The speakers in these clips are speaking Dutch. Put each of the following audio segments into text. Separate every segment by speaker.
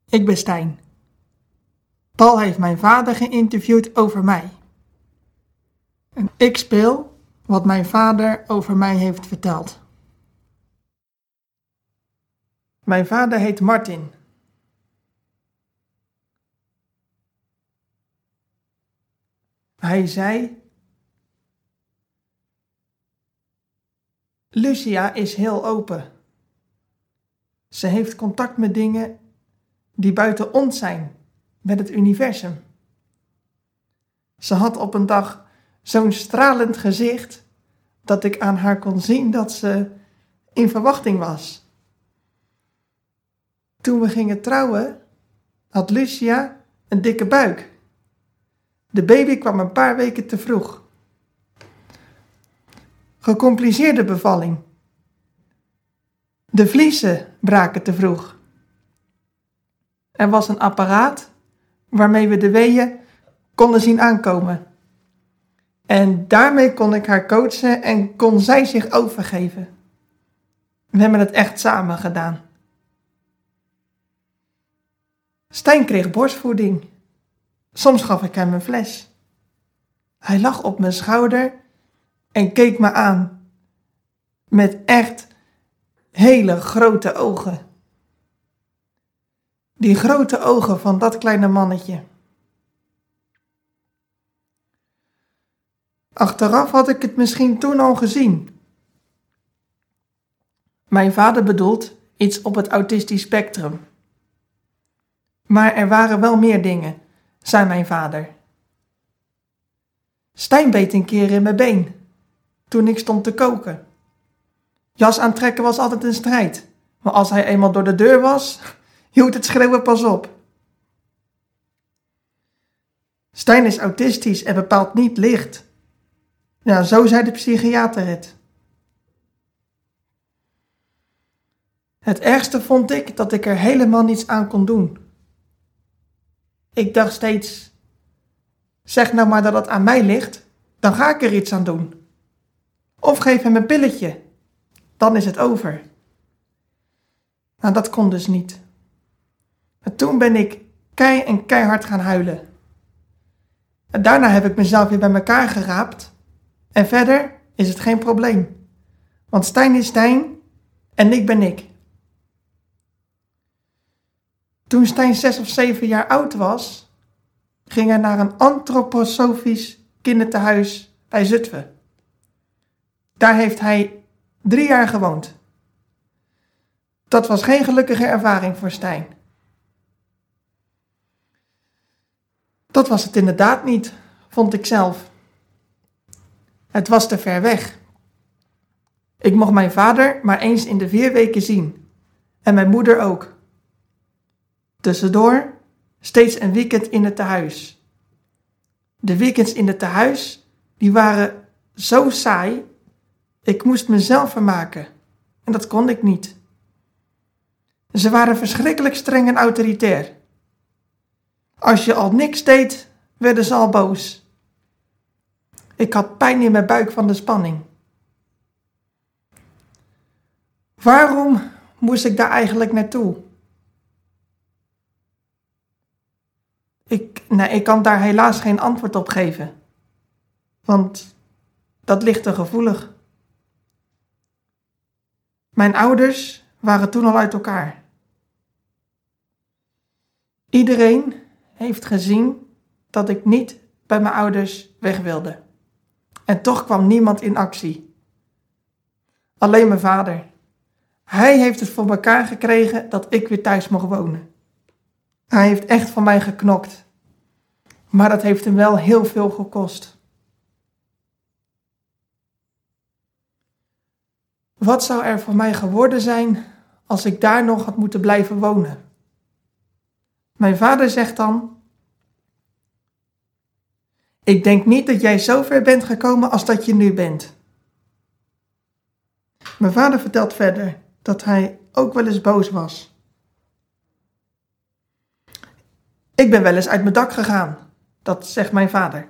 Speaker 1: Ik ben Stijn. Paul heeft mijn vader geïnterviewd over mij. En ik speel wat mijn vader over mij heeft verteld. Mijn vader heet Martin. Hij zei: Lucia is heel open. Ze heeft contact met dingen die buiten ons zijn, met het universum. Ze had op een dag zo'n stralend gezicht dat ik aan haar kon zien dat ze in verwachting was. Toen we gingen trouwen, had Lucia een dikke buik. De baby kwam een paar weken te vroeg. Gecompliceerde bevalling. De vliezen braken te vroeg. Er was een apparaat waarmee we de weeën konden zien aankomen. En daarmee kon ik haar coachen en kon zij zich overgeven. We hebben het echt samen gedaan. Stijn kreeg borstvoeding. Soms gaf ik hem een fles. Hij lag op mijn schouder en keek me aan. Met echt hele grote ogen. Die grote ogen van dat kleine mannetje. Achteraf had ik het misschien toen al gezien. Mijn vader bedoelt iets op het autistisch spectrum. Maar er waren wel meer dingen, zei mijn vader. Stijn beet een keer in mijn been, toen ik stond te koken. Jas aantrekken was altijd een strijd, maar als hij eenmaal door de deur was, hield het schreeuwen pas op. Stijn is autistisch en bepaald niet licht. Ja, zo zei de psychiater het. Het ergste vond ik dat ik er helemaal niets aan kon doen. Ik dacht steeds: zeg nou maar dat het aan mij ligt, dan ga ik er iets aan doen. Of geef hem een pilletje, dan is het over. Nou, dat kon dus niet. En toen ben ik keihard gaan huilen. En daarna heb ik mezelf weer bij elkaar geraapt. En verder is het geen probleem. Want Stijn is Stijn en ik ben ik. Toen Stijn 6 of 7 jaar oud was, ging hij naar een antroposofisch kindertehuis bij Zutphen. Daar heeft hij 3 jaar gewoond. Dat was geen gelukkige ervaring voor Stijn. Dat was het inderdaad niet, vond ik zelf. Het was te ver weg. Ik mocht mijn vader maar eens in de 4 weken zien. En mijn moeder ook. Tussendoor steeds een weekend in het tehuis. De weekends in het tehuis, die waren zo saai. Ik moest mezelf vermaken. En dat kon ik niet. Ze waren verschrikkelijk streng en autoritair. Als je al niks deed, werden ze al boos. Ik had pijn in mijn buik van de spanning. Waarom moest ik daar eigenlijk naartoe? Ik kan daar helaas geen antwoord op geven. Want dat ligt te gevoelig. Mijn ouders waren toen al uit elkaar. Iedereen heeft gezien dat ik niet bij mijn ouders weg wilde. En toch kwam niemand in actie. Alleen mijn vader. Hij heeft het voor elkaar gekregen dat ik weer thuis mocht wonen. Hij heeft echt van mij geknokt. Maar dat heeft hem wel heel veel gekost. Wat zou er voor mij geworden zijn als ik daar nog had moeten blijven wonen? Mijn vader zegt dan: ik denk niet dat jij zo ver bent gekomen als dat je nu bent. Mijn vader vertelt verder dat hij ook wel eens boos was. Ik ben wel eens uit mijn dak gegaan, dat zegt mijn vader.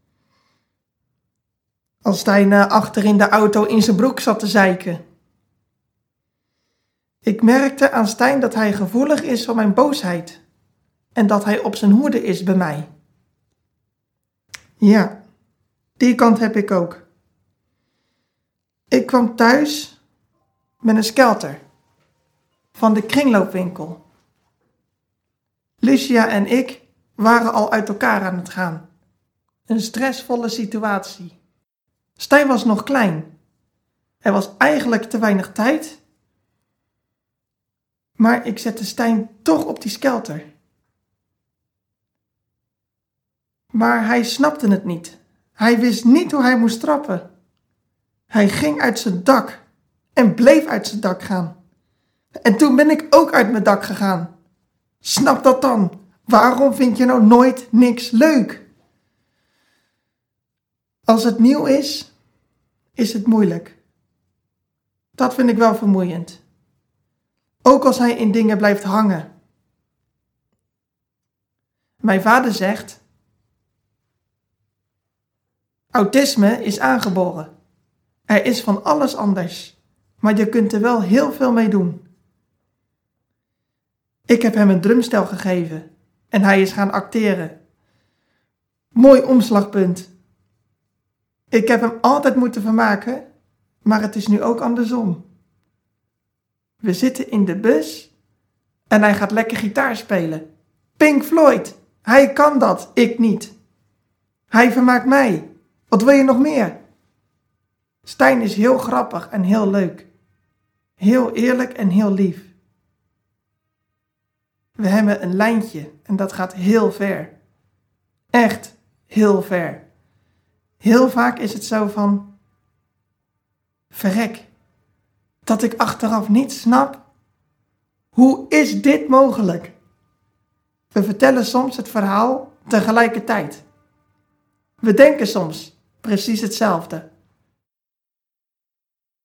Speaker 1: Als Stijn achter in de auto in zijn broek zat te zeiken. Ik merkte aan Stijn dat hij gevoelig is voor mijn boosheid. en dat hij op zijn hoede is bij mij. Ja, die kant heb ik ook. Ik kwam thuis met een skelter van de kringloopwinkel. Lucia en ik waren al uit elkaar aan het gaan. Een stressvolle situatie. Stijn was nog klein. Er was eigenlijk te weinig tijd. Maar ik zette Stijn toch op die skelter. Maar hij snapte het niet. Hij wist niet hoe hij moest trappen. Hij ging uit zijn dak en bleef uit zijn dak gaan. En toen ben ik ook uit mijn dak gegaan. Snap dat dan? Waarom vind je nou nooit niks leuk? Als het nieuw is, is het moeilijk. Dat vind ik wel vermoeiend. Ook als hij in dingen blijft hangen. Mijn vader zegt: autisme is aangeboren. Er is van alles anders, maar je kunt er wel heel veel mee doen. Ik heb hem een drumstel gegeven en hij is gaan acteren. Mooi omslagpunt. Ik heb hem altijd moeten vermaken, maar het is nu ook andersom. We zitten in de bus en hij gaat lekker gitaar spelen. Pink Floyd, hij kan dat, ik niet. Hij vermaakt mij. Wat wil je nog meer? Stijn is heel grappig en heel leuk. Heel eerlijk en heel lief. We hebben een lijntje en dat gaat heel ver. Echt heel ver. Heel vaak is het zo van: verrek, dat ik achteraf niet snap. Hoe is dit mogelijk? We vertellen soms het verhaal tegelijkertijd. We denken soms precies hetzelfde.